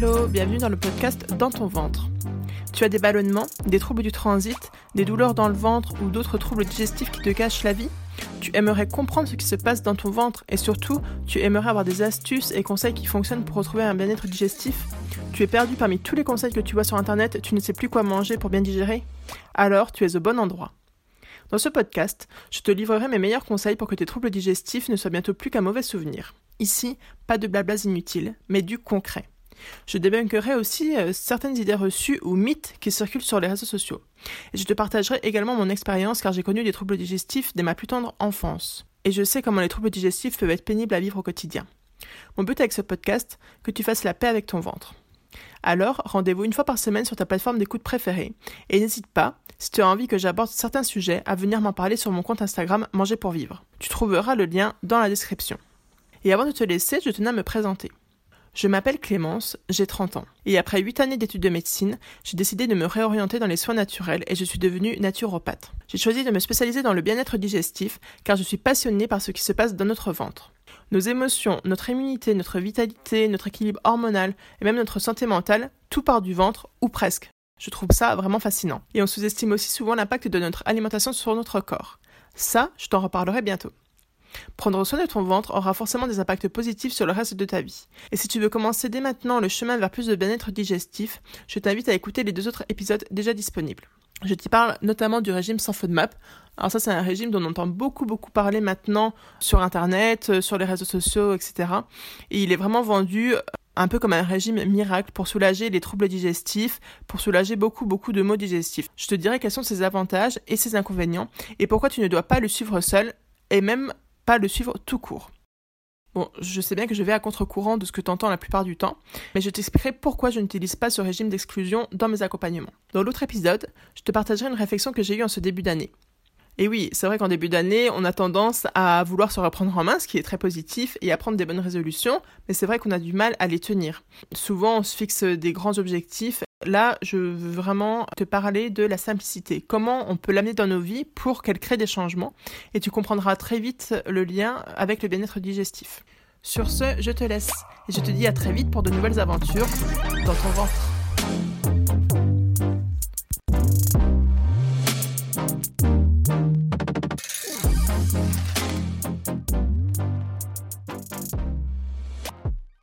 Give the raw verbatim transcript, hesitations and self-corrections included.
Hello, bienvenue dans le podcast Dans ton ventre. Tu as des ballonnements, des troubles du transit, des douleurs dans le ventre ou d'autres troubles digestifs qui te gâchent la vie? Tu aimerais comprendre ce qui se passe dans ton ventre et surtout, tu aimerais avoir des astuces et conseils qui fonctionnent pour retrouver un bien-être digestif? Tu es perdu parmi tous les conseils que tu vois sur internet, tu ne sais plus quoi manger pour bien digérer? Alors, tu es au bon endroit. Dans ce podcast, je te livrerai mes meilleurs conseils pour que tes troubles digestifs ne soient bientôt plus qu'un mauvais souvenir. Ici, pas de blablas inutiles, mais du concret. Je débunkerai aussi euh, certaines idées reçues ou mythes qui circulent sur les réseaux sociaux. Et je te partagerai également mon expérience car j'ai connu des troubles digestifs dès ma plus tendre enfance. Et je sais comment les troubles digestifs peuvent être pénibles à vivre au quotidien. Mon but avec ce podcast, que tu fasses la paix avec ton ventre. Alors, rendez-vous une fois par semaine sur ta plateforme d'écoute préférée. Et n'hésite pas, si tu as envie que j'aborde certains sujets, à venir m'en parler sur mon compte Instagram Manger pour vivre. Tu trouveras le lien dans la description. Et avant de te laisser, je tenais à me présenter. Je m'appelle Clémence, j'ai trente ans. Et après huit années d'études de médecine, j'ai décidé de me réorienter dans les soins naturels et je suis devenue naturopathe. J'ai choisi de me spécialiser dans le bien-être digestif car je suis passionnée par ce qui se passe dans notre ventre. Nos émotions, notre immunité, notre vitalité, notre équilibre hormonal et même notre santé mentale, tout part du ventre ou presque. Je trouve ça vraiment fascinant. Et on sous-estime aussi souvent l'impact de notre alimentation sur notre corps. Ça, je t'en reparlerai bientôt. Prendre soin de ton ventre aura forcément des impacts positifs sur le reste de ta vie. Et si tu veux commencer dès maintenant le chemin vers plus de bien-être digestif, je t'invite à écouter les deux autres épisodes déjà disponibles. Je t'y parle notamment du régime sans FODMAP. Alors ça, c'est un régime dont on entend beaucoup, beaucoup parler maintenant sur Internet, sur les réseaux sociaux, et cetera. Et il est vraiment vendu un peu comme un régime miracle pour soulager les troubles digestifs, pour soulager beaucoup, beaucoup de maux digestifs. Je te dirai quels sont ses avantages et ses inconvénients et pourquoi tu ne dois pas le suivre seul et même pas le suivre tout court. Bon, je sais bien que je vais à contre-courant de ce que tu entends la plupart du temps, mais je t'expliquerai pourquoi je n'utilise pas ce régime d'exclusion dans mes accompagnements. Dans l'autre épisode, je te partagerai une réflexion que j'ai eue en ce début d'année. Et oui, c'est vrai qu'en début d'année, on a tendance à vouloir se reprendre en main, ce qui est très positif, et à prendre des bonnes résolutions, mais c'est vrai qu'on a du mal à les tenir. Souvent, on se fixe des grands objectifs. Là, je veux vraiment te parler de la simplicité. Comment on peut l'amener dans nos vies pour qu'elle crée des changements, et tu comprendras très vite le lien avec le bien-être digestif. Sur ce, je te laisse, et je te dis à très vite pour de nouvelles aventures dans ton ventre.